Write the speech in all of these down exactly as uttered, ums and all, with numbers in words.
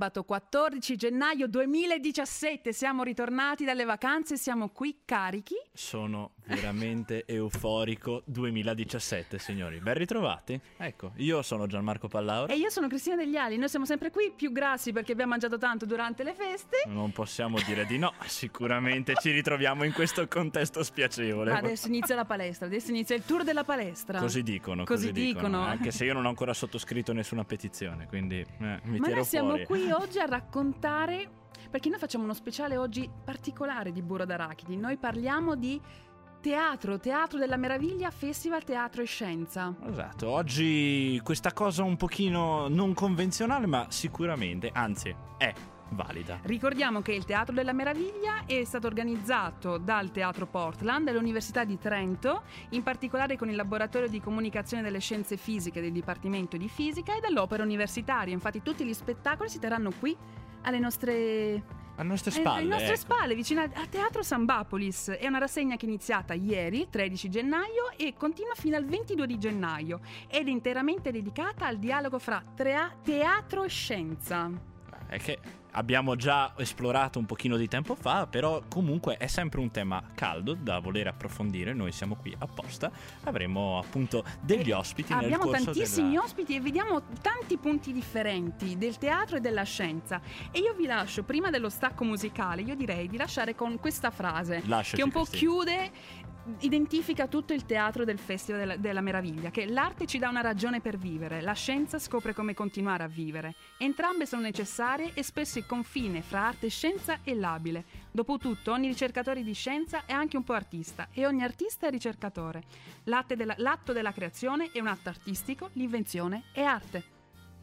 sabato quattordici gennaio duemiladiciassette, siamo ritornati dalle vacanze, siamo qui carichi. Sono veramente euforico. duemiladiciassette, signori, ben ritrovati. Ecco, io sono Gianmarco Pallauro e io sono Cristina Degli Ali. Noi siamo sempre qui, più grassi perché abbiamo mangiato tanto durante le feste. Non possiamo dire di no, sicuramente ci ritroviamo in questo contesto spiacevole. Ma adesso inizia la palestra, adesso inizia il tour della palestra. Così dicono, così, così dicono. dicono. Anche se io non ho ancora sottoscritto nessuna petizione, quindi eh, mi Ma tiro noi siamo fuori. qui oggi a raccontare, perché noi facciamo uno speciale oggi particolare di Burro d'Arachidi. Noi parliamo di teatro, Teatro della Meraviglia, Festival Teatro e Scienza. Esatto, oggi questa cosa un pochino non convenzionale, ma sicuramente, anzi, è valida. Ricordiamo che il Teatro della Meraviglia è stato organizzato dal Teatro Portland dell'Università di Trento, in particolare con il Laboratorio di Comunicazione delle Scienze Fisiche del Dipartimento di Fisica e dall'Opera Universitaria. Infatti tutti gli spettacoli si terranno qui alle nostre... alle nostre spalle, alle nostre ecco. spalle, vicino al Teatro Sambapolis. È una rassegna che è iniziata ieri, tredici gennaio, e continua fino al ventidue di gennaio ed è interamente dedicata al dialogo fra trea- teatro e scienza. È che abbiamo già esplorato un pochino di tempo fa, però comunque è sempre un tema caldo da voler approfondire. Noi siamo qui apposta, avremo appunto degli E ospiti nel abbiamo corso tantissimi della... ospiti e vediamo tanti punti differenti del teatro e della scienza. E io vi lascio, prima dello stacco musicale, io direi di lasciare con questa frase Lasciaci, che un po' Cristina. chiude, identifica tutto il teatro del Festival della, della Meraviglia, che l'arte ci dà una ragione per vivere, la scienza scopre come continuare a vivere. Entrambe sono necessarie e spesso il confine fra arte e scienza è labile. Dopotutto ogni ricercatore di scienza è anche un po' artista e ogni artista è ricercatore. L'atto della, l'atto della creazione è un atto artistico, l'invenzione è arte.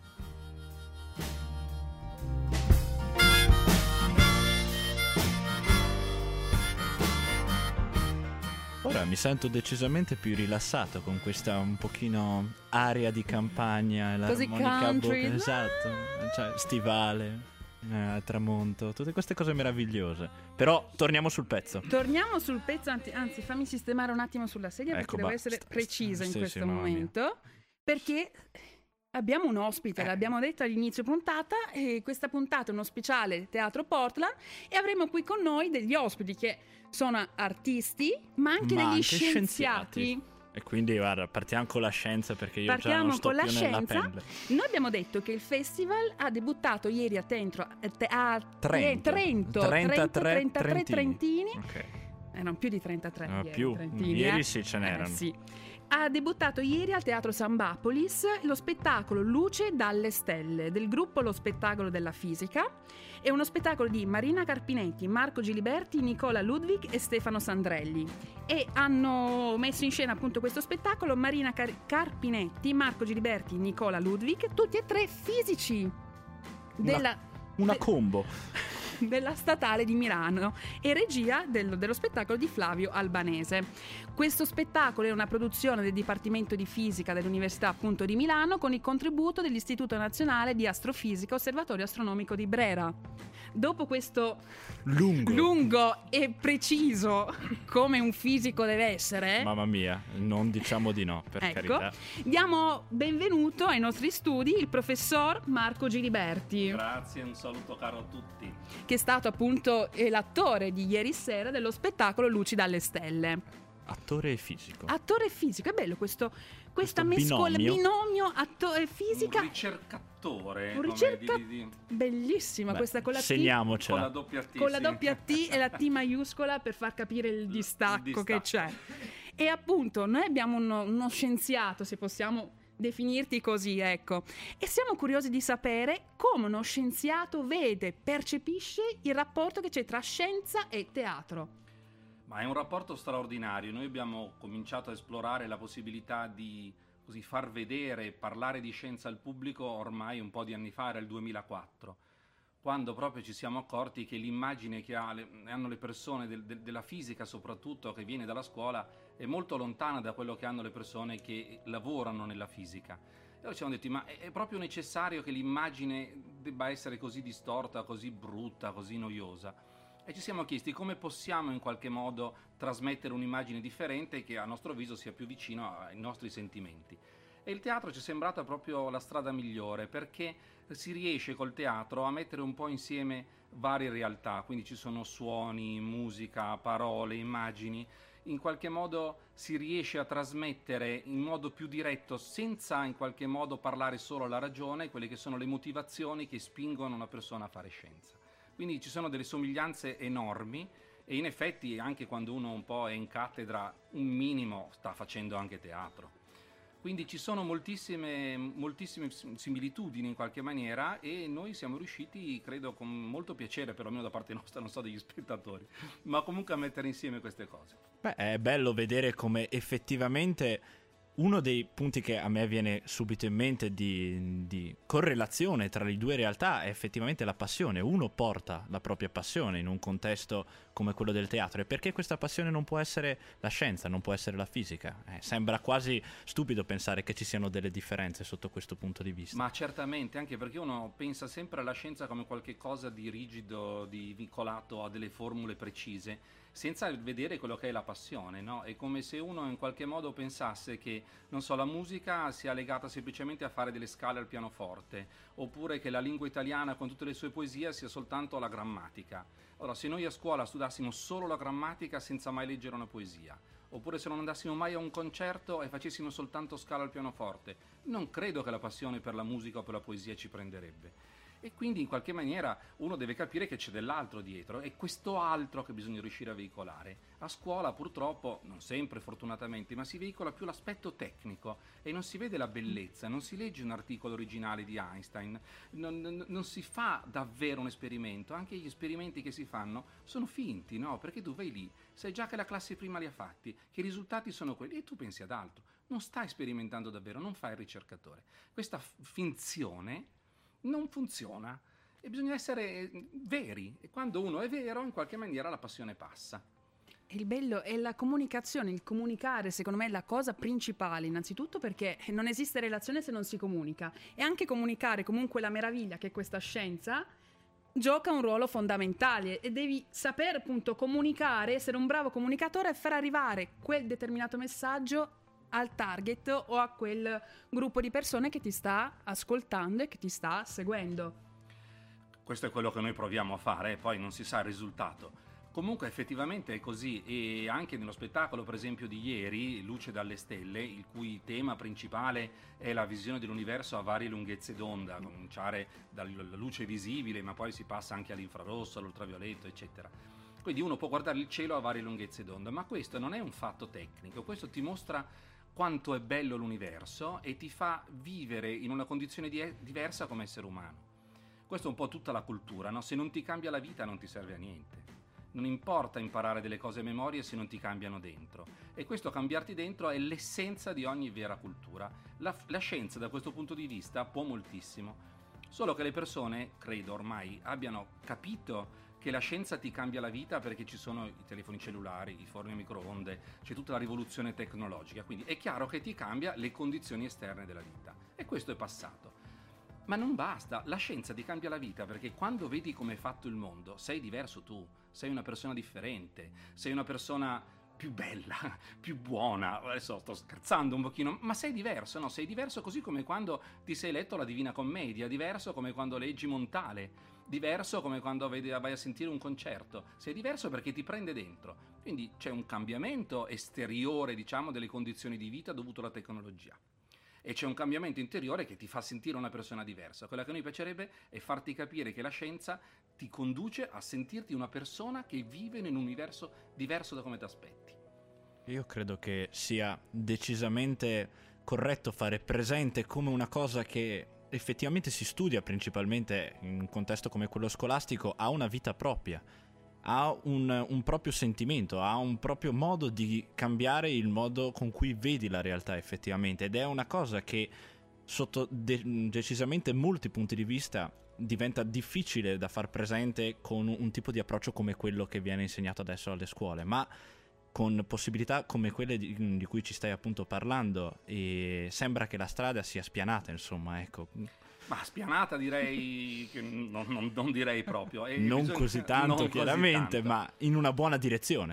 Ora mi sento decisamente più rilassato con questa un pochino aria di campagna e Così l'armonica country. bo- esatto, cioè stivale, eh, al tramonto, tutte queste cose meravigliose. Però torniamo sul pezzo. Torniamo sul pezzo, anzi, anzi fammi sistemare un attimo sulla sedia Ecco, perché devo ba- essere sta- precisa in sì, questo sì, mamma mia. momento, perché abbiamo un ospite, Eh. l'abbiamo detto all'inizio puntata, e questa puntata è uno speciale Teatro Portland e avremo qui con noi degli ospiti che sono artisti ma anche Ma degli anche scienziati. scienziati. E quindi guarda, partiamo con la scienza perché io Partiamo già non sto con la più nella scienza. pendola. Noi abbiamo detto che il festival ha debuttato ieri a, Tentro, a, te- a Trento. Trento, trentatré trentatré trentini. Ok. Erano più di trentatré No, ieri, più. trentini, Ieri eh. sì, ce Eh, n'erano. sì. Ha debuttato ieri al Teatro Sambapolis lo spettacolo Luce dalle stelle del gruppo Lo Spettacolo della Fisica. È uno spettacolo di Marina Carpinetti, Marco Giliberti, Nicola Ludwig e Stefano Sandrelli. E hanno messo in scena appunto questo spettacolo Marina Car- Carpinetti, Marco Giliberti, Nicola Ludwig, tutti e tre fisici della, Una de- combo. della Statale di Milano e regia del- dello spettacolo di Flavio Albanese. Questo spettacolo è una produzione del Dipartimento di Fisica dell'Università appunto di Milano con il contributo dell'Istituto Nazionale di Astrofisica Osservatorio Astronomico di Brera. Dopo questo Lungo. lungo e preciso come un fisico deve essere, Mamma mia, non diciamo di no, per ecco, carità. diamo benvenuto ai nostri studi il professor Marco Giliberti, Grazie, un saluto caro a tutti. che è stato appunto eh, l'attore di ieri sera dello spettacolo Luci dalle stelle. Attore e fisico. Attore e fisico, è bello questo, questa Questo mescola, binomio. binomio attore e fisica. Un ricercatore. Un come ricerca- di- di- Bellissima Beh, questa con la T, Con la segniamocela. doppia T. con la sì. doppia T e la T maiuscola per far capire il il distacco che distacco. c'è. E appunto noi abbiamo uno, uno scienziato, se possiamo definirti così, ecco, e siamo curiosi di sapere come uno scienziato vede, percepisce il rapporto che c'è tra scienza e teatro. Ma è un rapporto straordinario. Noi abbiamo cominciato a esplorare la possibilità di così far vedere e parlare di scienza al pubblico ormai un po' di anni fa, era il duemilaquattro, quando proprio ci siamo accorti che l'immagine che ha le, hanno le persone del- del- della fisica, soprattutto che viene dalla scuola, è molto lontana da quello che hanno le persone che lavorano nella fisica. E allora ci siamo detti, ma è, è proprio necessario che l'immagine debba essere così distorta, così brutta, così noiosa? E ci siamo chiesti come possiamo in qualche modo trasmettere un'immagine differente che a nostro avviso sia più vicino ai nostri sentimenti. E il teatro ci è sembrata proprio la strada migliore, perché si riesce col teatro a mettere un po' insieme varie realtà, quindi ci sono suoni, musica, parole, immagini. In qualche modo si riesce a trasmettere in modo più diretto, senza in qualche modo parlare solo alla ragione, quelle che sono le motivazioni che spingono una persona a fare scienza. Quindi ci sono delle somiglianze enormi e in effetti anche quando uno un po' è in cattedra, un minimo sta facendo anche teatro. Quindi ci sono moltissime, moltissime similitudini in qualche maniera e noi siamo riusciti, credo con molto piacere, perlomeno da parte nostra, non so degli spettatori, ma comunque a mettere insieme queste cose. Beh, è bello vedere come effettivamente uno dei punti che a me viene subito in mente di, di correlazione tra le due realtà è effettivamente la passione. Uno porta la propria passione in un contesto come quello del teatro, e perché questa passione non può essere la scienza, non può essere la fisica? Eh, sembra quasi stupido pensare che ci siano delle differenze sotto questo punto di vista. Ma certamente, anche perché uno pensa sempre alla scienza come qualche cosa di rigido, di vincolato a delle formule precise, senza vedere quello che è la passione, no? È come se uno in qualche modo pensasse che, non so, la musica sia legata semplicemente a fare delle scale al pianoforte, oppure che la lingua italiana con tutte le sue poesie sia soltanto la grammatica. Allora, se noi a scuola studiassimo solo la grammatica senza mai leggere una poesia, oppure se non andassimo mai a un concerto e facessimo soltanto scala al pianoforte, non credo che la passione per la musica o per la poesia ci prenderebbe. E quindi in qualche maniera uno deve capire che c'è dell'altro dietro, e questo altro che bisogna riuscire a veicolare. A scuola purtroppo, non sempre fortunatamente, ma si veicola più l'aspetto tecnico e non si vede la bellezza, non si legge un articolo originale di Einstein, non, non, non si fa davvero un esperimento. Anche gli esperimenti che si fanno sono finti, no? Perché tu vai lì, sai già che la classe prima li ha fatti, che i risultati sono quelli e tu pensi ad altro. Non stai sperimentando davvero, non fai il ricercatore. Questa f- finzione non funziona e bisogna essere veri, e quando uno è vero in qualche maniera la passione passa. Il bello è la comunicazione, il comunicare secondo me è la cosa principale, innanzitutto perché non esiste relazione se non si comunica, e anche comunicare comunque la meraviglia che è questa scienza gioca un ruolo fondamentale, e devi saper appunto comunicare, essere un bravo comunicatore e far arrivare quel determinato messaggio al target o a quel gruppo di persone che ti sta ascoltando e che ti sta seguendo. Questo è quello che noi proviamo a fare, e poi non si sa il risultato. Comunque effettivamente è così, e anche nello spettacolo per esempio di ieri, Luce dalle stelle, il cui tema principale è la visione dell'universo a varie lunghezze d'onda, a cominciare dalla luce visibile, ma poi si passa anche all'infrarosso, all'ultravioletto, eccetera. Quindi uno può guardare il cielo a varie lunghezze d'onda, ma questo non è un fatto tecnico, questo ti mostra quanto è bello l'universo e ti fa vivere in una condizione di- diversa come essere umano. Questo è un po' tutta la cultura, no? Se non ti cambia la vita non ti serve a niente. Non importa imparare delle cose a memoria se non ti cambiano dentro. E questo cambiarti dentro è l'essenza di ogni vera cultura. La, la scienza da questo punto di vista può moltissimo. Solo che le persone, credo ormai, abbiano capito che la scienza ti cambia la vita perché ci sono i telefoni cellulari, i forni a microonde, c'è tutta la rivoluzione tecnologica, quindi è chiaro che ti cambia le condizioni esterne della vita, e questo è passato. Ma non basta, la scienza ti cambia la vita perché quando vedi come è fatto il mondo sei diverso tu, sei una persona differente, sei una persona più bella, più buona, adesso sto scherzando un pochino, ma sei diverso, no? Sei diverso così come quando ti sei letto la Divina Commedia, diverso come quando leggi Montale, diverso come quando vai a sentire un concerto, sei diverso perché ti prende dentro. Quindi c'è un cambiamento esteriore, diciamo, delle condizioni di vita dovuto alla tecnologia. E c'è un cambiamento interiore che ti fa sentire una persona diversa. Quella che a noi piacerebbe è farti capire che la scienza ti conduce a sentirti una persona che vive in un universo diverso da come ti aspetti. Io credo che sia decisamente corretto fare presente come una cosa che effettivamente si studia principalmente in un contesto come quello scolastico ha una vita propria, ha un, un proprio sentimento, ha un proprio modo di cambiare il modo con cui vedi la realtà effettivamente, ed è una cosa che sotto de- decisamente molti punti di vista diventa difficile da far presente con un tipo di approccio come quello che viene insegnato adesso alle scuole, ma con possibilità come quelle di, di cui ci stai appunto parlando, e sembra che la strada sia spianata, insomma, ecco. Ma spianata direi che non, non, non direi proprio. E non bisogna, così tanto, non chiaramente, così tanto. Ma in una buona direzione.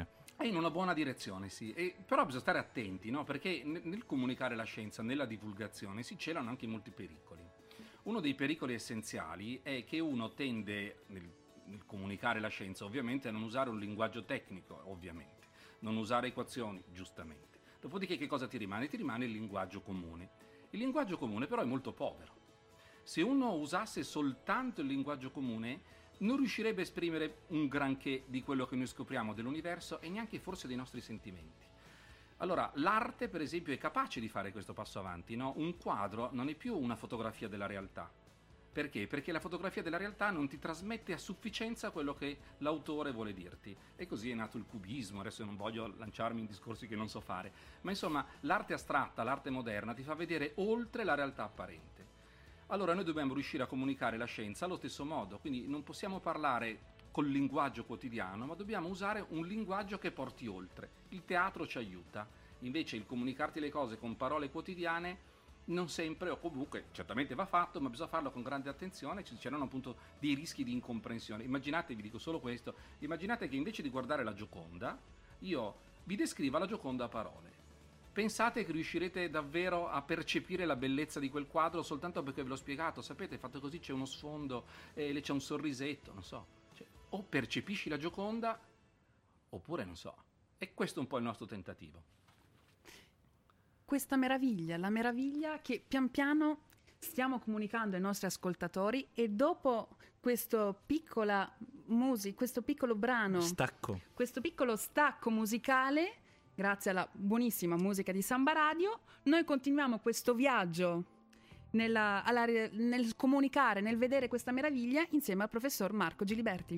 È in una buona direzione, sì, e, però bisogna stare attenti, no? Perché nel, nel comunicare la scienza, nella divulgazione, si celano anche molti pericoli. Uno dei pericoli essenziali è che uno tende, nel, nel comunicare la scienza, ovviamente, a non usare un linguaggio tecnico, ovviamente, non usare equazioni, giustamente. Dopodiché che cosa ti rimane? Ti rimane il linguaggio comune. Il linguaggio comune però è molto povero. Se uno usasse soltanto il linguaggio comune, non riuscirebbe a esprimere un granché di quello che noi scopriamo dell'universo e neanche forse dei nostri sentimenti. Allora, l'arte, per esempio, è capace di fare questo passo avanti, no? Un quadro non è più una fotografia della realtà. Perché? Perché la fotografia della realtà non ti trasmette a sufficienza quello che l'autore vuole dirti. E così è nato il cubismo, adesso non voglio lanciarmi in discorsi che non so fare. Ma insomma, l'arte astratta, l'arte moderna, ti fa vedere oltre la realtà apparente. Allora noi dobbiamo riuscire a comunicare la scienza allo stesso modo, quindi non possiamo parlare col linguaggio quotidiano, ma dobbiamo usare un linguaggio che porti oltre. Il teatro ci aiuta, invece il comunicarti le cose con parole quotidiane non sempre, o comunque certamente va fatto, ma bisogna farlo con grande attenzione, ci c'erano appunto dei rischi di incomprensione. Immaginate, vi dico solo questo, immaginate che invece di guardare la Gioconda, io vi descriva la Gioconda a parole. Pensate che riuscirete davvero a percepire la bellezza di quel quadro soltanto perché ve l'ho spiegato? Sapete, fatto così c'è uno sfondo e eh, c'è un sorrisetto, non so. Cioè, o percepisci la Gioconda oppure non so. E questo è un po' il nostro tentativo. Questa meraviglia, la meraviglia che pian piano stiamo comunicando ai nostri ascoltatori, e dopo questo piccola musica, questo piccolo brano, stacco, questo piccolo stacco musicale, grazie alla buonissima musica di Samba Radio, noi continuiamo questo viaggio nella, alla, nel comunicare, nel vedere questa meraviglia insieme al professor Marco Giliberti.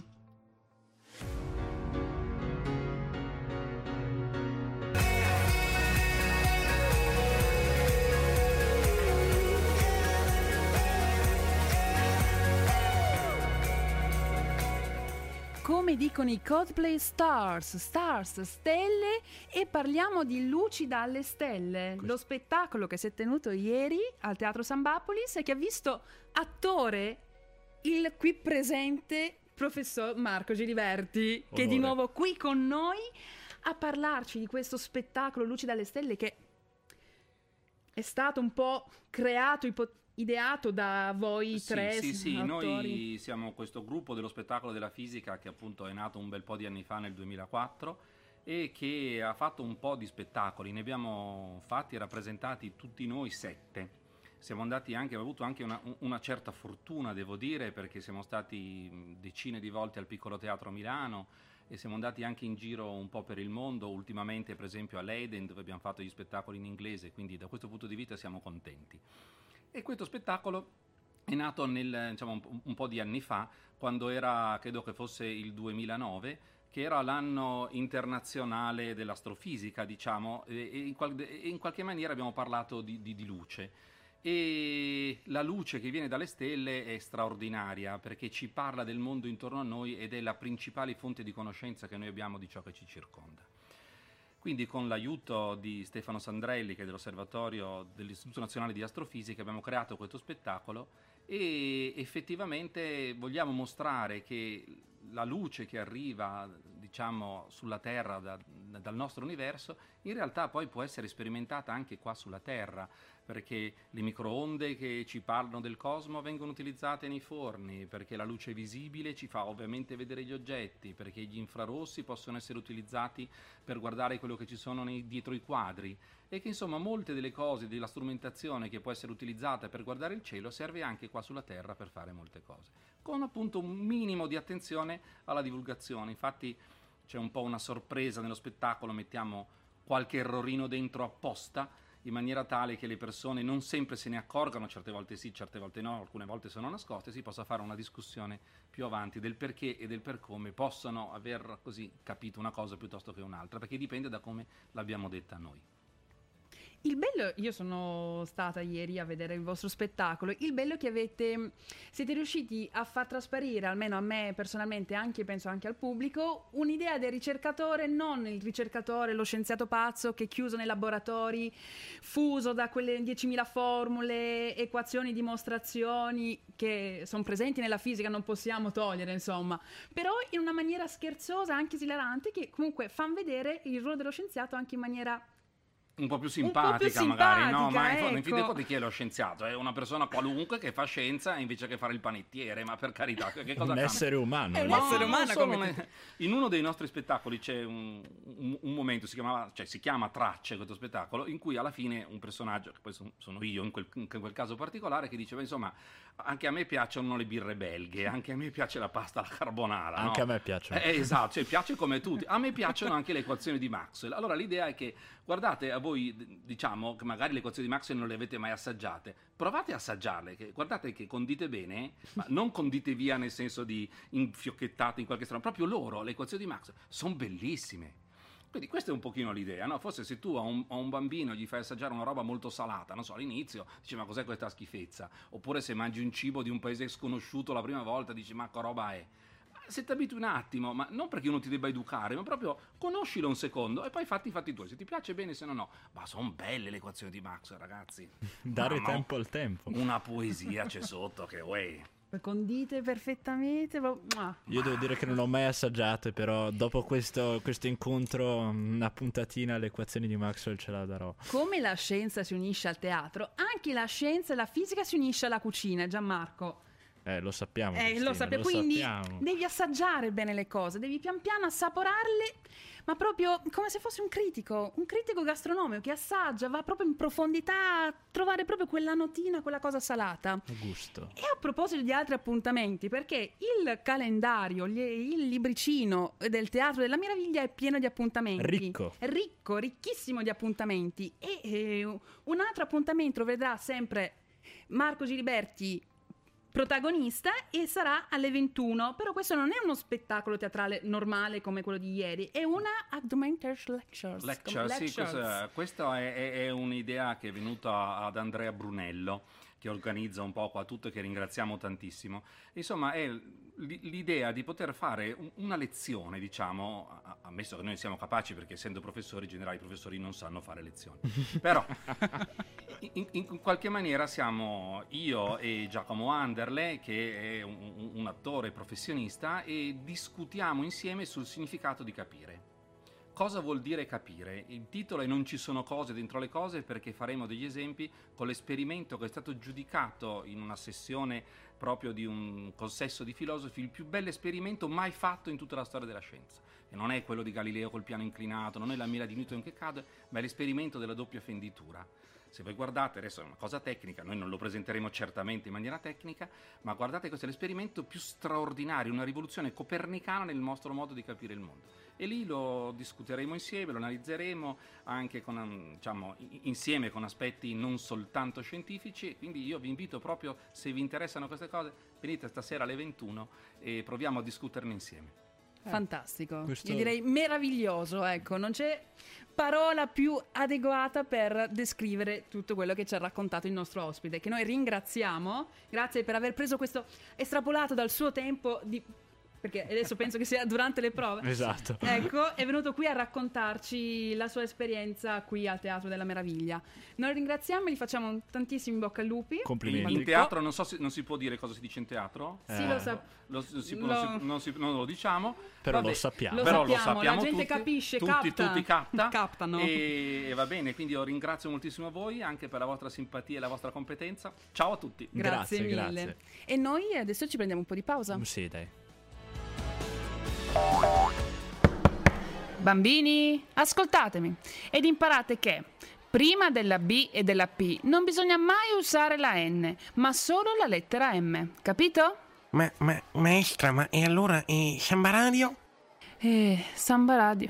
Come dicono i Coldplay, stars, stars, stelle, e parliamo di Luci dalle stelle, Questo. Lo spettacolo che si è tenuto ieri al Teatro Sambapolis e che ha visto attore il qui presente professor Marco Giliberti, Onore. che è di nuovo qui con noi a parlarci di questo spettacolo Luci dalle stelle che è stato un po' creato, ipo- ideato da voi Sì, tre sì, sì, attori. noi siamo questo gruppo dello spettacolo della fisica che appunto è nato un bel po' di anni fa, nel duemilaquattro, e che ha fatto un po' di spettacoli. Ne abbiamo fatti e rappresentati tutti noi sette. Siamo andati anche, abbiamo avuto anche una, una certa fortuna, devo dire, perché siamo stati decine di volte al Piccolo Teatro a Milano e siamo andati anche in giro un po' per il mondo, ultimamente per esempio a Leiden, dove abbiamo fatto gli spettacoli in inglese, quindi da questo punto di vista siamo contenti. E questo spettacolo è nato nel, diciamo, un, un po' di anni fa, quando era, credo che fosse il duemilanove, che era l'anno internazionale dell'astrofisica, diciamo, e, e, in, qual- e in qualche maniera abbiamo parlato di, di, di luce. E la luce che viene dalle stelle è straordinaria, perché ci parla del mondo intorno a noi ed è la principale fonte di conoscenza che noi abbiamo di ciò che ci circonda. Quindi con l'aiuto di Stefano Sandrelli, che è dell'Osservatorio dell'Istituto Nazionale di Astrofisica, abbiamo creato questo spettacolo e effettivamente vogliamo mostrare che la luce che arriva, diciamo, sulla Terra da, dal nostro universo, in realtà poi può essere sperimentata anche qua sulla Terra, perché le microonde che ci parlano del cosmo vengono utilizzate nei forni, perché la luce visibile ci fa ovviamente vedere gli oggetti, perché gli infrarossi possono essere utilizzati per guardare quello che ci sono nei, dietro i quadri, e che insomma molte delle cose, della strumentazione che può essere utilizzata per guardare il cielo serve anche qua sulla Terra per fare molte cose, con appunto un minimo di attenzione alla divulgazione. Infatti c'è un po' una sorpresa nello spettacolo, mettiamo qualche errorino dentro apposta, in maniera tale che le persone non sempre se ne accorgano, certe volte sì, certe volte no, alcune volte sono nascoste, si possa fare una discussione più avanti del perché e del per come possono aver così capito una cosa piuttosto che un'altra, perché dipende da come l'abbiamo detta noi. Il bello, io sono stata ieri a vedere il vostro spettacolo, il bello è che avete, siete riusciti a far trasparire, almeno a me personalmente, anche penso anche al pubblico, un'idea del ricercatore, non il ricercatore, lo scienziato pazzo che è chiuso nei laboratori, fuso da quelle diecimila formule, equazioni, dimostrazioni che sono presenti nella fisica, non possiamo togliere, insomma, però in una maniera scherzosa, anche esilarante, che comunque fanno vedere il ruolo dello scienziato anche in maniera un po' più simpatica, un po' più magari, simpatica, no? Ma in, ecco. in fin dei conti chi è lo scienziato? È una persona qualunque che fa scienza invece che fare il panettiere, ma per carità, che cosa un cambia? essere umano. È un No, essere non umano solo come ne- In uno dei nostri spettacoli c'è un, un- un momento, si chiamava, cioè si chiama Tracce questo spettacolo, in cui alla fine un personaggio, che poi son- sono io in quel, in quel caso particolare, che diceva insomma anche a me piacciono le birre belghe, anche a me piace la pasta alla carbonara. Anche no? a me piacciono. Eh, esatto, cioè piace come tutti. A me piacciono anche le equazioni di Maxwell. Allora l'idea è che, guardate, a voi d- diciamo che magari le equazioni di Maxwell non le avete mai assaggiate, provate a assaggiarle, che, guardate che condite bene, ma non condite via nel senso di infiocchettate in qualche strano, proprio loro, le equazioni di Maxwell, sono bellissime. Quindi questa è un pochino l'idea, no? Forse se tu a un, a un bambino gli fai assaggiare una roba molto salata, non so, all'inizio dici ma cos'è questa schifezza? Oppure se mangi un cibo di un paese sconosciuto la prima volta dici ma che roba è? Se ti abitui un attimo, ma non perché uno ti debba educare, ma proprio conoscilo un secondo e poi fatti i fatti tuoi, se ti piace bene, se no no. Ma sono belle le equazioni di Maxwell, ragazzi. Dare Mamma, tempo al tempo. Una poesia c'è sotto che uè. condite perfettamente. Mua. Io devo dire che non ho mai assaggiate, però dopo questo, questo incontro una puntatina alle equazioni di Maxwell ce la darò. Come la scienza si unisce al teatro, anche la scienza e la fisica si unisce alla cucina, Gianmarco. Eh, lo sappiamo. Eh, Cristina, lo sappiamo, lo quindi sappiamo. devi assaggiare bene le cose, devi pian piano assaporarle, ma proprio come se fossi un critico, un critico gastronomico che assaggia, va proprio in profondità a trovare proprio quella notina, quella cosa salata. Gusto. E a proposito di altri appuntamenti, perché il calendario, gli- il libricino del Teatro della Meraviglia è pieno di appuntamenti. Ricco. Ricco, ricchissimo di appuntamenti. E eh, un altro appuntamento lo vedrà sempre Marco Giliberti protagonista e sarà alle ventuno, però questo non è uno spettacolo teatrale normale come quello di ieri, è una Augmented Lectures. Lecture, come sì, lectures. questa, questa è, è- è un'idea che è venuta ad Andrea Brunello, che organizza un po' qua tutto e che ringraziamo tantissimo. Insomma, è l- l'idea di poter fare un- una lezione, diciamo, a- ammesso che noi siamo capaci, perché essendo professori, in generale i professori non sanno fare lezioni, però in, in qualche maniera siamo io e Giacomo Anderle, che è un, un attore professionista, e discutiamo insieme sul significato di capire. Cosa vuol dire capire? Il titolo è Non ci sono cose dentro le cose, perché faremo degli esempi con l'esperimento che è stato giudicato in una sessione proprio di un consesso di filosofi, il più bello esperimento mai fatto in tutta la storia della scienza. E non è quello di Galileo col piano inclinato, non è la mira di Newton che cade, ma è l'esperimento della doppia fenditura. Se voi guardate, adesso è una cosa tecnica, noi non lo presenteremo certamente in maniera tecnica, ma guardate, questo è l'esperimento più straordinario, una rivoluzione copernicana nel nostro modo di capire il mondo. E lì lo discuteremo insieme, lo analizzeremo anche con, diciamo, insieme con aspetti non soltanto scientifici. Quindi io vi invito proprio, se vi interessano queste cose, venite stasera alle ventuno e proviamo a discuterne insieme. Fantastico, Questo- io direi meraviglioso, ecco, non c'è parola più adeguata per descrivere tutto quello che ci ha raccontato il nostro ospite, che noi ringraziamo, grazie per aver preso questo estrapolato dal suo tempo di... perché adesso penso che sia durante le prove. Esatto. Ecco, è venuto qui a raccontarci la sua esperienza qui al Teatro della Meraviglia. Noi ringraziamo e gli facciamo tantissimi bocca al lupi. Complimenti. In teatro, non so se non si può dire cosa si dice in teatro. Sì, Eh. lo sa- Lo, si- Lo- non, si- non si- non lo diciamo, Però vabbè, lo sappiamo. Lo però sappiamo, lo sappiamo la gente tutti, capisce, tutti, capta. tutti capta, Captano. E, e va bene, quindi io ringrazio moltissimo voi anche per la vostra simpatia e la vostra competenza. Ciao a tutti. Grazie, Grazie, mille. grazie. E noi adesso ci prendiamo un po' di pausa. Sì, dai. Bambini, ascoltatemi ed imparate che prima della B e della P non bisogna mai usare la N, ma solo la lettera M, capito? Ma, ma, maestra, ma e allora eh, Samba Radio? Eh, Samba Radio.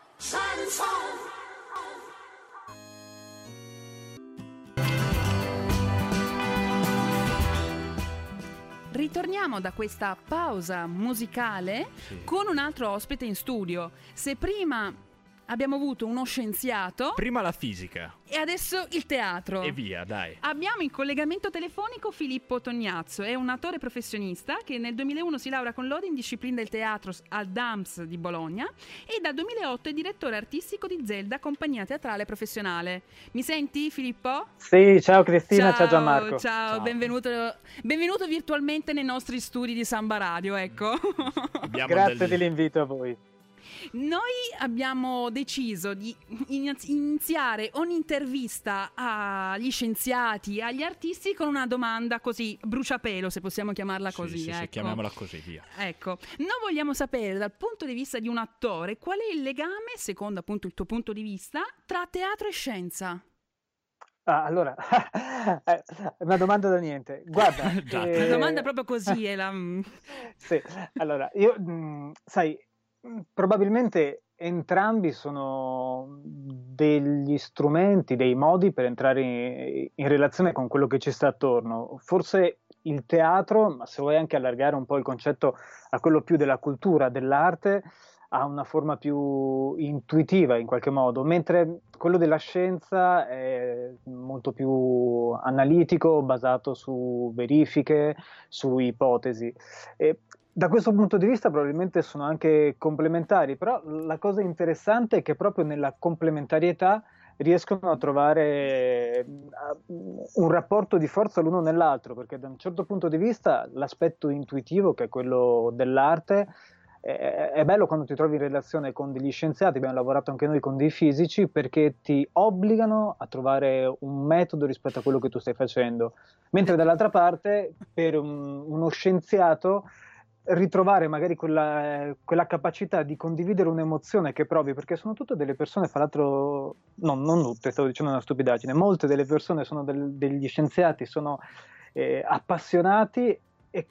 Ritorniamo da questa pausa musicale Sì. con un altro ospite in studio. Se prima abbiamo avuto uno scienziato. Prima la fisica. E adesso il teatro. E via, dai. Abbiamo in collegamento telefonico Filippo Tognazzo, è un attore professionista che nel duemilauno si laurea con lode in disciplina del teatro al D A M S di Bologna e dal duemilaotto è direttore artistico di Zelda, compagnia teatrale professionale. Mi senti, Filippo? Sì, ciao Cristina, ciao, ciao Gianmarco. Ciao, ciao. Benvenuto, benvenuto virtualmente nei nostri studi di Samba Radio, ecco. Grazie del... dell'invito a voi. Noi abbiamo deciso di iniziare ogni intervista agli scienziati, agli artisti con una domanda così bruciapelo, se possiamo chiamarla così. Sì, sì, ecco. sì, chiamiamola così, via. Ecco, noi vogliamo sapere dal punto di vista di un attore qual è il legame, secondo appunto il tuo punto di vista, tra teatro e scienza? Ah, allora, è una domanda da niente. Guarda, eh... una domanda proprio così è la... Sì, allora, io, mh, sai, probabilmente entrambi sono degli strumenti, dei modi per entrare in, in relazione con quello che ci sta attorno. Forse il teatro, ma se vuoi anche allargare un po' il concetto a quello più della cultura, dell'arte, ha una forma più intuitiva in qualche modo, mentre quello della scienza è molto più analitico, basato su verifiche, su ipotesi. E da questo punto di vista probabilmente sono anche complementari, però la cosa interessante è che proprio nella complementarietà riescono a trovare un rapporto di forza l'uno nell'altro, perché da un certo punto di vista l'aspetto intuitivo, che è quello dell'arte, è bello quando ti trovi in relazione con degli scienziati, abbiamo lavorato anche noi con dei fisici, perché ti obbligano a trovare un metodo rispetto a quello che tu stai facendo, mentre dall'altra parte per un, uno scienziato ritrovare magari quella, quella capacità di condividere un'emozione che provi, perché sono tutte delle persone, fra l'altro, no, non tutte, stavo dicendo una stupidaggine, molte delle persone sono del, degli scienziati, sono eh, appassionati e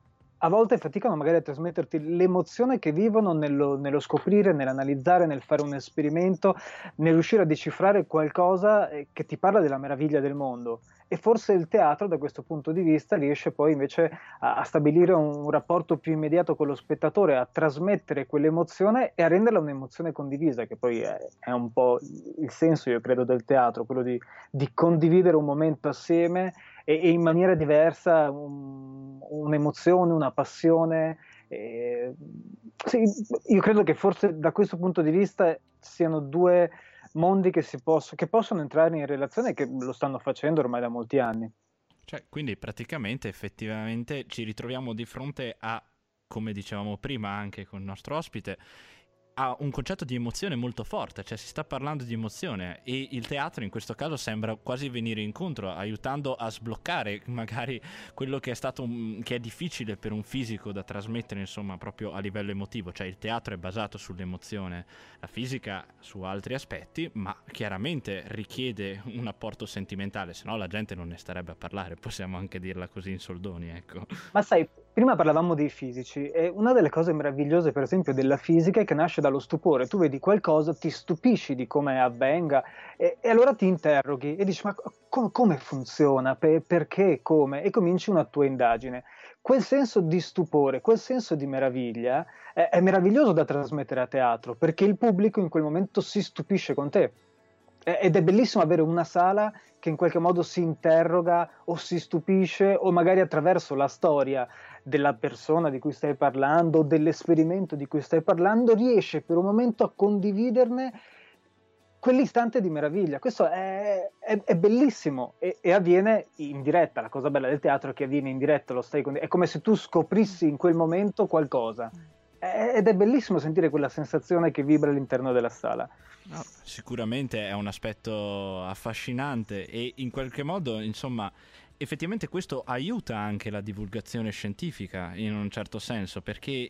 a volte faticano magari a trasmetterti l'emozione che vivono nello, nello scoprire, nell'analizzare, nel fare un esperimento, nel riuscire a decifrare qualcosa che ti parla della meraviglia del mondo. E forse il teatro da questo punto di vista riesce poi invece a, a stabilire un, un rapporto più immediato con lo spettatore, a trasmettere quell'emozione e a renderla un'emozione condivisa, che poi è, è un po' il senso, io credo, del teatro, quello di, di condividere un momento assieme e, e in maniera diversa un, un'emozione, una passione. E, sì, io credo che forse da questo punto di vista siano due mondi che, si posso, che possono entrare in relazione e che lo stanno facendo ormai da molti anni. Cioè, quindi praticamente effettivamente ci ritroviamo di fronte a, come dicevamo prima anche con il nostro ospite, ha un concetto di emozione molto forte, cioè si sta parlando di emozione e il teatro in questo caso sembra quasi venire incontro, aiutando a sbloccare magari quello che è stato un, che è difficile per un fisico da trasmettere, insomma, proprio a livello emotivo. Cioè il teatro è basato sull'emozione, la fisica su altri aspetti, ma chiaramente richiede un apporto sentimentale, se no la gente non ne starebbe a parlare, possiamo anche dirla così in soldoni, ecco. Ma sai, prima parlavamo dei fisici e una delle cose meravigliose per esempio della fisica è che nasce dallo stupore. Tu vedi qualcosa, ti stupisci di come avvenga e, e allora ti interroghi e dici ma com- come funziona, per- perché, come, e cominci una tua indagine. Quel senso di stupore, quel senso di meraviglia è, è meraviglioso da trasmettere a teatro, perché il pubblico in quel momento si stupisce con te. Ed è bellissimo avere una sala che in qualche modo si interroga o si stupisce, o magari attraverso la storia della persona di cui stai parlando o dell'esperimento di cui stai parlando riesce per un momento a condividerne quell'istante di meraviglia. Questo è, è, è bellissimo e, e avviene in diretta. La cosa bella del teatro è che avviene in diretta, lo stai, è come se tu scoprissi in quel momento qualcosa. Ed è bellissimo sentire quella sensazione che vibra all'interno della sala. No, sicuramente è un aspetto affascinante e in qualche modo, insomma, effettivamente questo aiuta anche la divulgazione scientifica in un certo senso, perché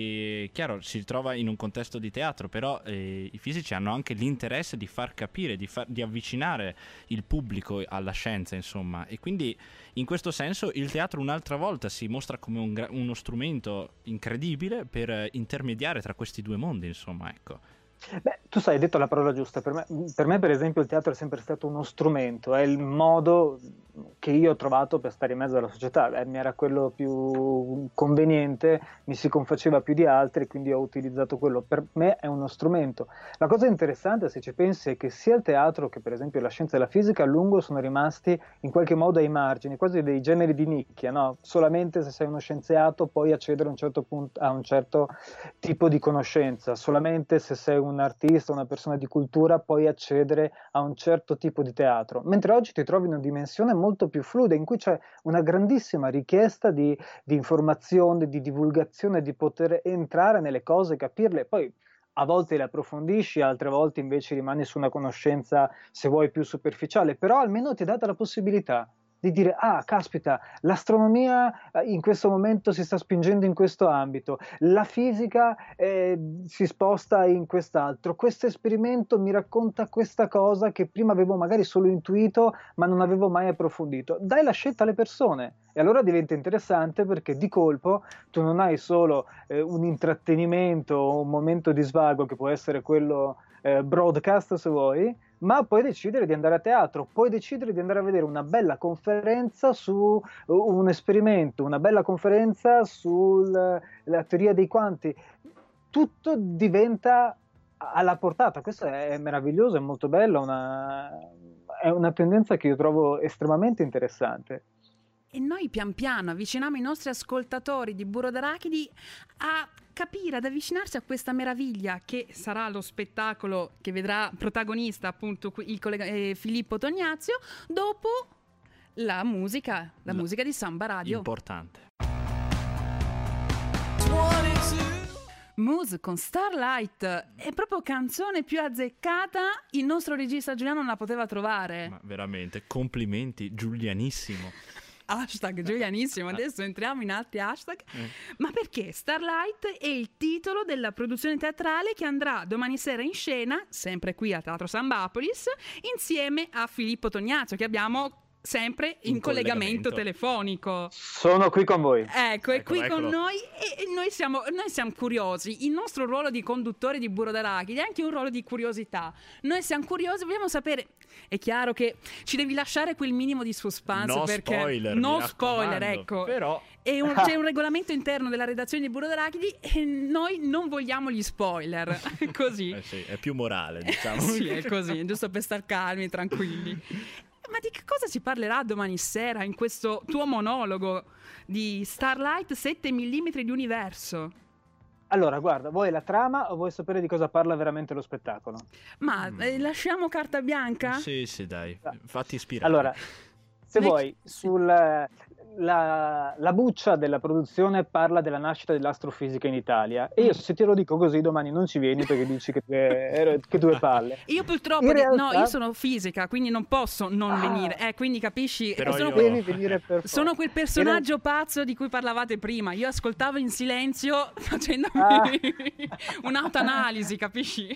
è chiaro, si trova in un contesto di teatro, però eh, i fisici hanno anche l'interesse di far capire, di, far, di avvicinare il pubblico alla scienza, insomma, e quindi in questo senso il teatro un'altra volta si mostra come un, uno strumento incredibile per intermediare tra questi due mondi, insomma, ecco. Beh, tu sai, hai detto la parola giusta, per me, per me per esempio il teatro è sempre stato uno strumento, è il modo che io ho trovato per stare in mezzo alla società, eh, mi era quello più conveniente, mi si confaceva più di altri, quindi ho utilizzato quello, per me è uno strumento. La cosa interessante, se ci pensi, è che sia il teatro che per esempio la scienza e la fisica a lungo sono rimasti in qualche modo ai margini, quasi dei generi di nicchia, no? Solamente se sei uno scienziato puoi accedere a un certo punto, a un certo tipo di conoscenza, solamente se sei un artista, una persona di cultura, puoi accedere a un certo tipo di teatro, mentre oggi ti trovi in una dimensione molto più fluida in cui c'è una grandissima richiesta di, di informazione, di divulgazione, di poter entrare nelle cose, capirle, poi a volte le approfondisci, altre volte invece rimani su una conoscenza, se vuoi, più superficiale, però almeno ti è data la possibilità di dire, ah, caspita, l'astronomia in questo momento si sta spingendo in questo ambito, la fisica eh, si sposta in quest'altro, questo esperimento mi racconta questa cosa che prima avevo magari solo intuito, ma non avevo mai approfondito. Dai la scelta alle persone e allora diventa interessante, perché di colpo tu non hai solo eh, un intrattenimento o un momento di svago che può essere quello eh, broadcast, se vuoi, ma puoi decidere di andare a teatro, puoi decidere di andare a vedere una bella conferenza su un esperimento, una bella conferenza sulla teoria dei quanti. Tutto diventa alla portata. Questo è meraviglioso, è molto bello, una, è una tendenza che io trovo estremamente interessante. E noi pian piano avviciniamo i nostri ascoltatori di Burro d'Arachidi a capire, ad avvicinarsi a questa meraviglia che sarà lo spettacolo che vedrà protagonista appunto il collega eh, Filippo Tognazio, dopo la musica, la, la musica di Samba Radio. Importante. Muse con Starlight, è proprio canzone più azzeccata, il nostro regista Giuliano non la poteva trovare. Ma veramente, complimenti, Giulianissimo. Hashtag Giulianissimo, adesso entriamo in altri hashtag. Mm. Ma perché Starlight è il titolo della produzione teatrale che andrà domani sera in scena, sempre qui a Teatro Sambapolis, insieme a Filippo Tognazio, che abbiamo sempre in, in collegamento. collegamento telefonico. Sono qui con voi. Ecco, è eccolo, qui eccolo. con noi e noi siamo, noi siamo curiosi. Il nostro ruolo di conduttore di Burro d'Arachidi è anche un ruolo di curiosità. Noi siamo curiosi, vogliamo sapere. È chiaro che ci devi lasciare quel minimo di suspense, no perché spoiler, no spoiler, ecco. Però e un, c'è un regolamento interno della redazione di Burro d'Arachidi e noi non vogliamo gli spoiler. Così. Eh sì, è più morale, diciamo. Sì, è così, giusto per star calmi e tranquilli. Ma di che cosa si parlerà domani sera in questo tuo monologo di Starlight sette millimetri di universo? Allora, guarda, vuoi la trama o vuoi sapere di cosa parla veramente lo spettacolo? Ma Mm. eh, lasciamo carta bianca? Sì, sì, dai, fatti ispirare. Allora, se Ne- vuoi, sul, la, la buccia della produzione parla della nascita dell'astrofisica in Italia e io se te lo dico così domani non ci vieni perché dici che due, che due palle. Io purtroppo, In di- no, realtà- io sono fisica, quindi non posso non Ah. venire. Eh, quindi capisci? Però sono, io- quel, Devi venire per forza. sono quel personaggio pazzo di cui parlavate prima. Io ascoltavo in silenzio facendomi Ah. un'autoanalisi, capisci?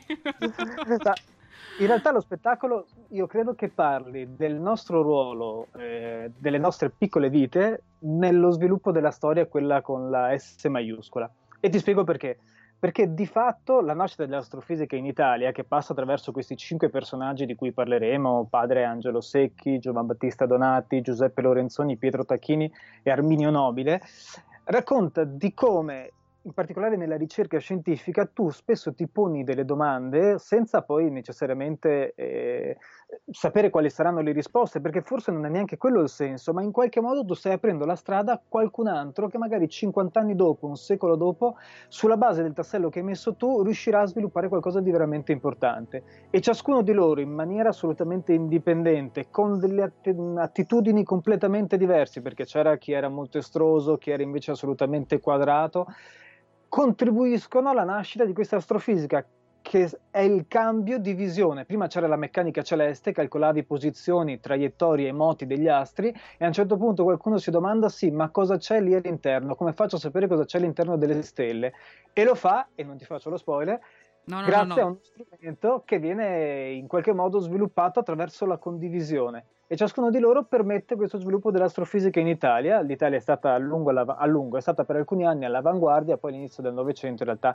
Ma in realtà lo spettacolo io credo che parli del nostro ruolo, eh, delle nostre piccole vite nello sviluppo della storia, quella con la S maiuscola. E ti spiego perché. Perché di fatto la nascita dell'astrofisica in Italia, che passa attraverso questi cinque personaggi di cui parleremo, padre Angelo Secchi, Giovan Battista Donati, Giuseppe Lorenzoni, Pietro Tacchini e Arminio Nobile, racconta di come, in particolare nella ricerca scientifica, tu spesso ti poni delle domande senza poi necessariamente eh, sapere quali saranno le risposte, perché forse non è neanche quello il senso, ma in qualche modo tu stai aprendo la strada a qualcun altro che magari cinquanta anni dopo, un secolo dopo, sulla base del tassello che hai messo tu, riuscirà a sviluppare qualcosa di veramente importante. E ciascuno di loro, in maniera assolutamente indipendente, con delle att- attitudini completamente diverse, perché c'era chi era molto estroso, chi era invece assolutamente quadrato, contribuiscono alla nascita di questa astrofisica che è il cambio di visione. Prima c'era la meccanica celeste, calcolavi posizioni, traiettorie e moti degli astri e a un certo punto qualcuno si domanda sì, ma cosa c'è lì all'interno? Come faccio a sapere cosa c'è all'interno delle stelle? E lo fa, e non ti faccio lo spoiler, No, no, grazie no, no. a uno strumento che viene in qualche modo sviluppato attraverso la condivisione. E ciascuno di loro permette questo sviluppo dell'astrofisica in Italia. L'Italia è stata a lungo, alla- a lungo è stata per alcuni anni all'avanguardia, poi all'inizio del Novecento in realtà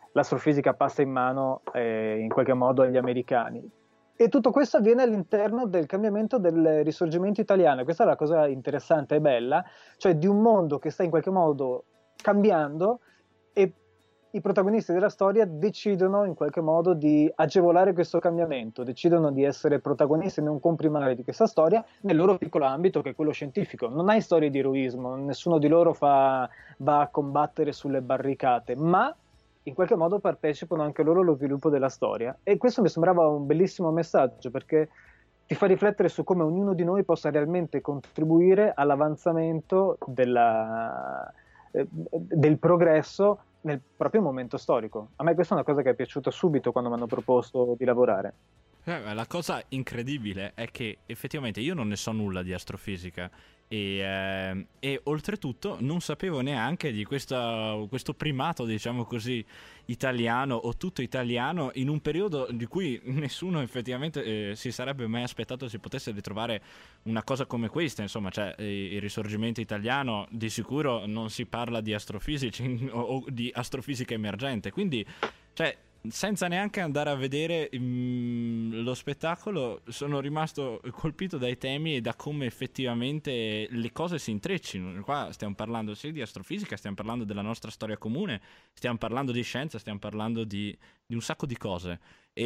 l'astrofisica passa in mano eh, in qualche modo agli americani. E tutto questo avviene all'interno del cambiamento del risorgimento italiano. Questa è la cosa interessante e bella, cioè di un mondo che sta in qualche modo cambiando e i protagonisti della storia decidono in qualche modo di agevolare questo cambiamento, decidono di essere protagonisti e non comprimari di questa storia nel loro piccolo ambito, che è quello scientifico. Non hai storie di eroismo, nessuno di loro fa, va a combattere sulle barricate, ma in qualche modo partecipano anche loro allo sviluppo della storia. E questo mi sembrava un bellissimo messaggio, perché ti fa riflettere su come ognuno di noi possa realmente contribuire all'avanzamento della, eh, del progresso nel proprio momento storico. A me questa è una cosa che è piaciuta subito quando mi hanno proposto di lavorare. Eh, la cosa incredibile è che effettivamente io non ne so nulla di astrofisica e, eh, e oltretutto non sapevo neanche di questa, questo primato, diciamo così, italiano o tutto italiano in un periodo di cui nessuno effettivamente eh, si sarebbe mai aspettato si potesse ritrovare una cosa come questa. Insomma, cioè il risorgimento italiano, di sicuro non si parla di astrofisici o, o di astrofisica emergente, quindi cioè senza neanche andare a vedere mh, lo spettacolo sono rimasto colpito dai temi e da come effettivamente le cose si intreccino. Qua stiamo parlando sì di astrofisica, stiamo parlando della nostra storia comune, stiamo parlando di scienza, stiamo parlando di, di un sacco di cose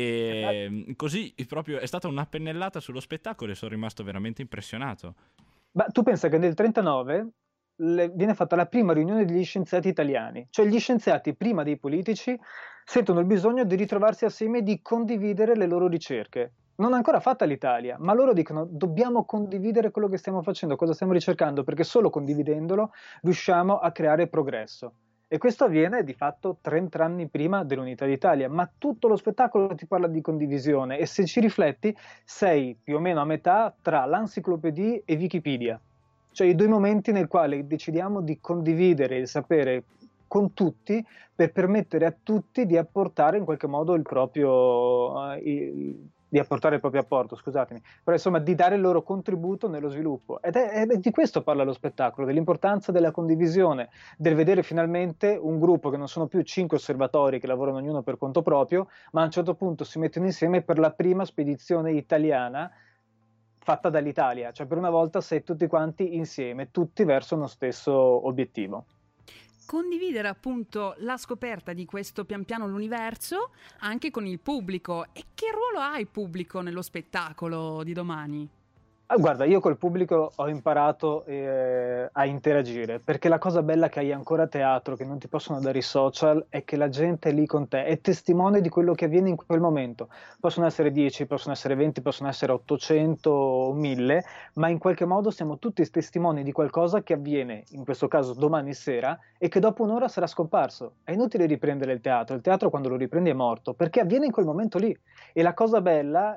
e così proprio è stata una pennellata sullo spettacolo e sono rimasto veramente impressionato. Ma tu pensa che nel trentanove le, viene fatta la prima riunione degli scienziati italiani, cioè gli scienziati prima dei politici sentono il bisogno di ritrovarsi assieme e di condividere le loro ricerche. Non è ancora fatta l'Italia, ma loro dicono dobbiamo condividere quello che stiamo facendo, cosa stiamo ricercando, perché solo condividendolo riusciamo a creare progresso. E questo avviene di fatto trenta anni prima dell'Unità d'Italia, ma tutto lo spettacolo ti parla di condivisione e se ci rifletti sei più o meno a metà tra l'Encyclopédie e Wikipedia, cioè i due momenti nel quali decidiamo di condividere il sapere con tutti per permettere a tutti di apportare in qualche modo il proprio uh, il, di apportare il proprio apporto, scusatemi, però insomma di dare il loro contributo nello sviluppo. Ed è, è di questo parla lo spettacolo, dell'importanza della condivisione, del vedere finalmente un gruppo che non sono più cinque osservatori che lavorano ognuno per conto proprio, ma a un certo punto si mettono insieme per la prima spedizione italiana fatta dall'Italia, cioè per una volta sei tutti quanti insieme, tutti verso uno stesso obiettivo. Condividere appunto la scoperta di questo pian piano l'universo anche con il pubblico. E che ruolo ha il pubblico nello spettacolo di domani? Ah, guarda, io col pubblico ho imparato eh, a interagire, perché la cosa bella che hai ancora a teatro, che non ti possono dare i social, è che la gente è lì con te, è testimone di quello che avviene in quel momento. Possono essere dieci, possono essere venti, possono essere ottocento o mille, ma in qualche modo siamo tutti testimoni di qualcosa che avviene, in questo caso domani sera, e che dopo un'ora sarà scomparso. È inutile riprendere il teatro, il teatro quando lo riprendi è morto, perché avviene in quel momento lì. E la cosa bella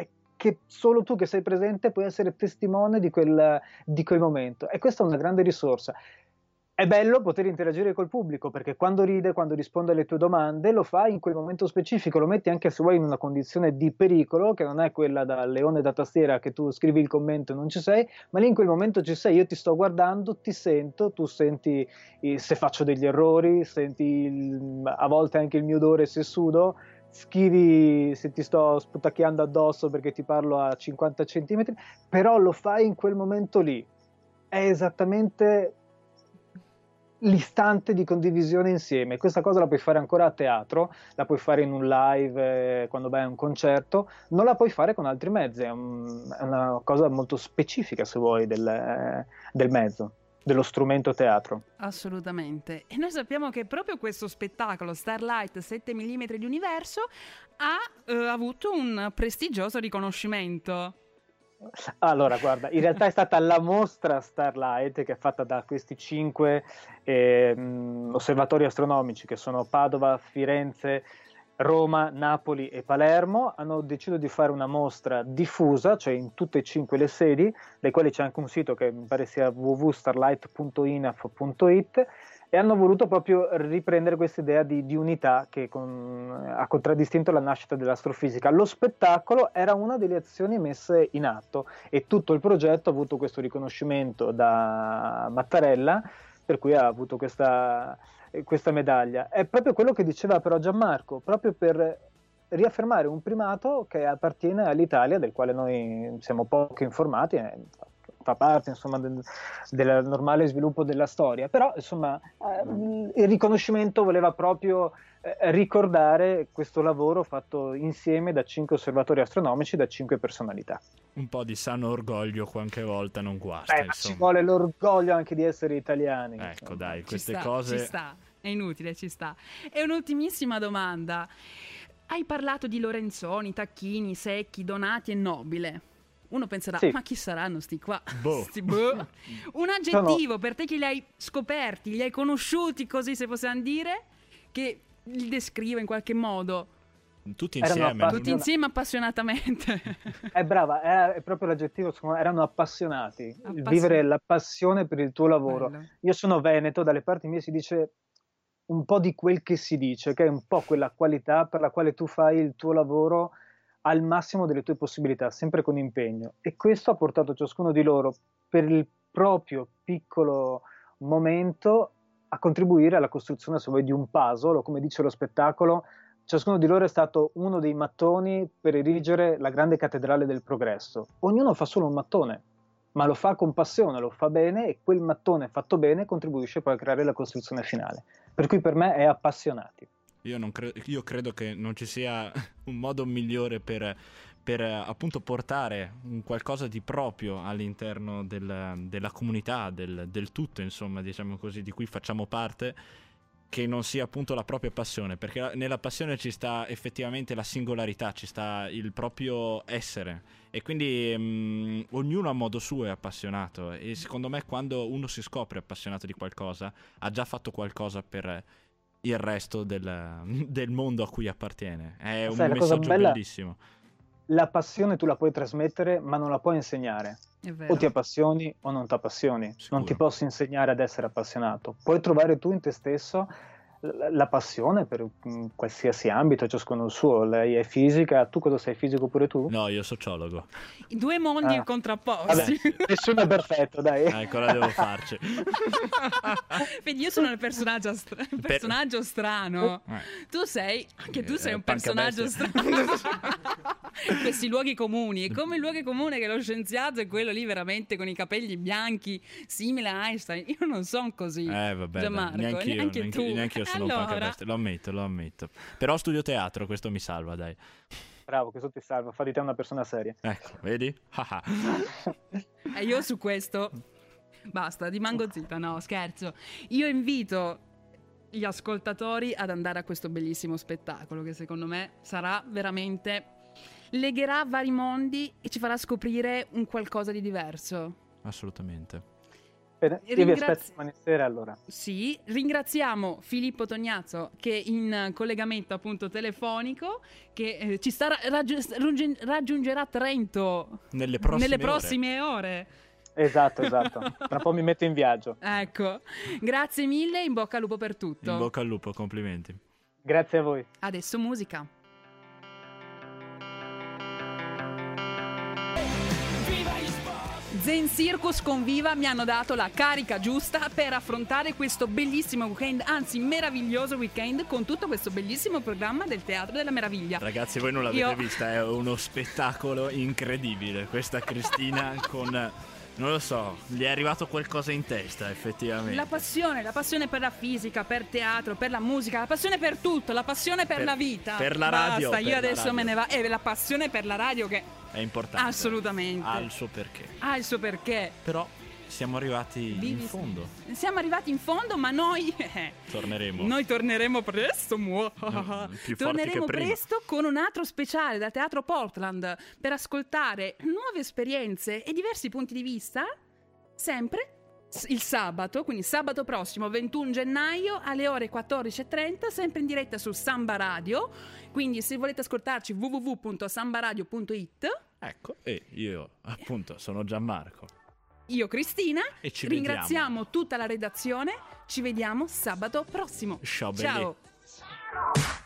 che solo tu che sei presente puoi essere testimone di quel, di quel momento, e questa è una grande risorsa. È bello poter interagire col pubblico, perché quando ride, quando risponde alle tue domande, lo fai in quel momento specifico, lo metti anche se vuoi in una condizione di pericolo, che non è quella da leone da tastiera che tu scrivi il commento e non ci sei, ma lì in quel momento ci sei, io ti sto guardando, ti sento, tu senti eh, se faccio degli errori, senti il, a volte anche il mio odore se sudo, schivi se ti sto sputacchiando addosso perché ti parlo a cinquanta centimetri, però lo fai in quel momento lì. È esattamente l'istante di condivisione insieme. Questa cosa la puoi fare ancora a teatro, la puoi fare in un live, eh, quando vai a un concerto, non la puoi fare con altri mezzi, è, un, è una cosa molto specifica, se vuoi, del, eh, del mezzo, dello strumento teatro. Assolutamente. E noi sappiamo che proprio questo spettacolo Starlight sette millimetri di universo ha eh, avuto un prestigioso riconoscimento. Allora, guarda, in realtà è stata la mostra Starlight, che è fatta da questi cinque eh, osservatori astronomici che sono Padova, Firenze, Roma, Napoli e Palermo. Hanno deciso di fare una mostra diffusa, cioè in tutte e cinque le sedi, dai quali c'è anche un sito che mi pare sia w w w punto starlight punto i n a f punto i t, e hanno voluto proprio riprendere questa idea di, di unità che con, ha contraddistinto la nascita dell'astrofisica. Lo spettacolo era una delle azioni messe in atto e tutto il progetto ha avuto questo riconoscimento da Mattarella, per cui ha avuto questa, questa medaglia. È proprio quello che diceva però Gianmarco, proprio per riaffermare un primato che appartiene all'Italia, del quale noi siamo poco informati, eh, fa parte insomma del, del normale sviluppo della storia, però insomma eh, il riconoscimento voleva proprio eh, ricordare questo lavoro fatto insieme da cinque osservatori astronomici, da cinque personalità. Un po' di sano orgoglio qualche volta non guasta, eh, ma ci vuole l'orgoglio anche di essere italiani. Ecco insomma. dai, queste ci sta, cose ci sta, è inutile, ci sta. E un'ultimissima domanda. Hai parlato di Lorenzoni, Tacchini, Secchi, Donati e Nobile. Uno penserà, sì. ma chi saranno sti qua? Boh. Sti boh. Un aggettivo per te che li hai scoperti, li hai conosciuti così, se possiamo dire, che li descrive in qualche modo. tutti Erano insieme. appassionati. Tutti insieme appassionatamente. È brava, è, è proprio l'aggettivo, secondo me, erano appassionati. Il Appassion- vivere la passione per il tuo lavoro. Bello. Io sono veneto, dalle parti mie si dice un po' di quel che si dice, che è un po' quella qualità per la quale tu fai il tuo lavoro al massimo delle tue possibilità, sempre con impegno. E questo ha portato ciascuno di loro, per il proprio piccolo momento, a contribuire alla costruzione, se vuoi, di un puzzle, o come dice lo spettacolo, ciascuno di loro è stato uno dei mattoni per erigere la grande cattedrale del progresso. Ognuno fa solo un mattone, ma lo fa con passione, lo fa bene, e quel mattone fatto bene contribuisce poi a creare la costruzione finale. Per cui per me è appassionati. Io, non cre- io credo che non ci sia un modo migliore per, per appunto portare un qualcosa di proprio all'interno del, della comunità, del, del tutto, insomma, diciamo così, di cui facciamo parte, che non sia appunto la propria passione, perché la- nella passione ci sta effettivamente la singolarità, ci sta il proprio essere, e quindi mh, ognuno a modo suo è appassionato, e secondo me quando uno si scopre appassionato di qualcosa ha già fatto qualcosa per il resto del, del mondo a cui appartiene. È un Sai, la cosa messaggio bella- bellissimo. La passione tu la puoi trasmettere, ma non la puoi insegnare. È vero. O ti appassioni o non ti appassioni. Sicuro. Non ti posso insegnare ad essere appassionato. Puoi trovare tu in te stesso l- la passione per mm, qualsiasi ambito, ciascuno il suo. Lei è fisica, tu cosa sei, fisico pure tu? No, io sociologo. I due mondi Ah. contrapposti. Vabbè, nessuno è perfetto, dai. Ecco, la devo farci. Vedi, io sono il personaggio, stra- il personaggio strano. Eh. Tu sei, anche tu Eh, sei un panca personaggio bestia. strano. Questi luoghi comuni. È come il luogo comune che lo scienziato è quello lì veramente con i capelli bianchi, simile a Einstein. Io non sono così. Eh vabbè, dai, Gianmarco, neanch'io, neanche neanche, tu. neanche io sono un Allora. pancabestia, lo ammetto, lo ammetto. Però studio teatro, questo mi salva, dai. Bravo, questo ti salva, fa di te una persona seria. Ecco, vedi? Ah, ah. E io su questo basta, rimango zitta, no, scherzo. Io invito gli ascoltatori ad andare a questo bellissimo spettacolo che secondo me sarà veramente, legherà vari mondi e ci farà scoprire un qualcosa di diverso. Assolutamente. Bene, io vi Ringrazio- aspetto domani sera allora. Sì, ringraziamo Filippo Tognazzo che in collegamento appunto telefonico che eh, ci sta raggi- raggi- raggiungerà Trento Nelle prossime nelle ore. prossime ore. Esatto, esatto. Tra un po' mi metto in viaggio. Ecco, grazie mille, in bocca al lupo per tutto. In bocca al lupo, complimenti. Grazie a voi. Adesso musica. Zen Circus con Viva mi hanno dato la carica giusta per affrontare questo bellissimo weekend, anzi meraviglioso weekend, con tutto questo bellissimo programma del Teatro della Meraviglia. Ragazzi, voi non l'avete Io- vista, è uno spettacolo incredibile. Questa Cristina con, non lo so, gli è arrivato qualcosa in testa, effettivamente. La passione, la passione per la fisica, per teatro, per la musica, la passione per tutto, la passione per, Per- la vita. per la radio, Basta, io per la adesso radio. me ne va. E la passione per la radio che È importante. assolutamente Ha il suo perché. ha il suo perché. Però siamo arrivati Vivi- in fondo. Siamo arrivati in fondo, ma noi eh, Torneremo. Noi torneremo presto, muah. più forti torneremo che prima. presto con un altro speciale da Teatro Portland per ascoltare nuove esperienze e diversi punti di vista, sempre s- il sabato, quindi sabato prossimo ventuno gennaio alle ore quattordici e trenta, sempre in diretta su Samba Radio. Quindi se volete ascoltarci w w w punto sambaradio punto i t. Ecco, e io appunto sono Gianmarco. Io Cristina, E ci ringraziamo vediamo. tutta la redazione, ci vediamo sabato prossimo. Ciao, belli. Ciao.